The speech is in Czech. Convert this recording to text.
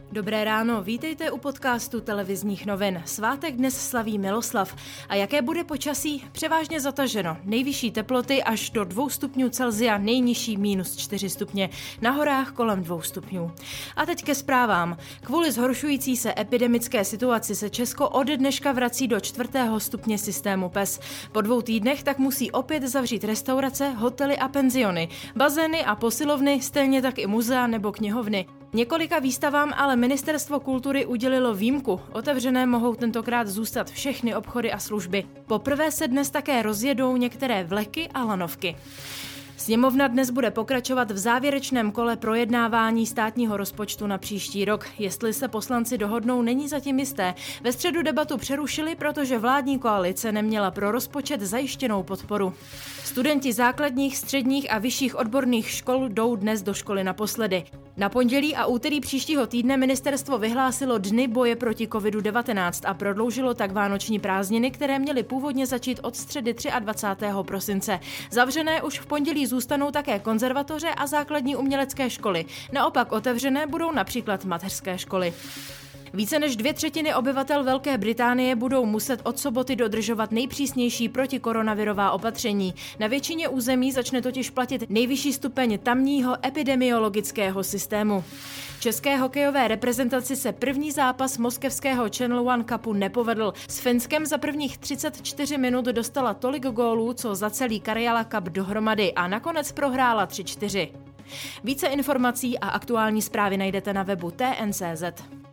Dobré ráno, vítejte u podcastu televizních novin. Svátek dnes slaví Miloslav. A jaké bude počasí? Převážně zataženo. Nejvyšší teploty až do 2 stupňů Celsia, nejnižší -4 stupně. Na horách kolem 2 stupňů. A teď ke zprávám. Kvůli zhoršující se epidemické situaci se Česko ode dneška vrací do 4. stupně systému PES. Po 2 týdnech tak musí opět zavřít restaurace, hotely a penziony, bazény a posilovny, stejně tak i muzea nebo knihovny. Několika výstavám ale Ministerstvo kultury udělilo výjimku. Otevřené mohou tentokrát zůstat všechny obchody a služby. Poprvé se dnes také rozjedou některé vleky a lanovky. Sněmovna dnes bude pokračovat v závěrečném kole projednávání státního rozpočtu na příští rok. Jestli se poslanci dohodnou, není zatím jisté. Ve středu debatu přerušili, protože vládní koalice neměla pro rozpočet zajištěnou podporu. Studenti základních, středních a vyšších odborných škol jdou dnes do školy naposledy. Na pondělí a úterý příštího týdne ministerstvo vyhlásilo dny boje proti COVID-19 a prodloužilo tak vánoční prázdniny, které měly původně začít od středy 23. prosince. Zavřené už v pondělí zůstanou také konzervatoře a základní umělecké školy. Naopak otevřené budou například mateřské školy. Více než 2/3 obyvatel Velké Británie budou muset od soboty dodržovat nejpřísnější protikoronavirová opatření. Na většině území začne totiž platit nejvyšší stupeň tamního epidemiologického systému. České hokejové reprezentaci se první zápas moskevského Channel One Cupu nepovedl. S Finskem za prvních 34 minut dostala tolik gólů, co za celý Karjala Cup dohromady a nakonec prohrála 3-4. Více informací a aktuální zprávy najdete na webu TN.cz.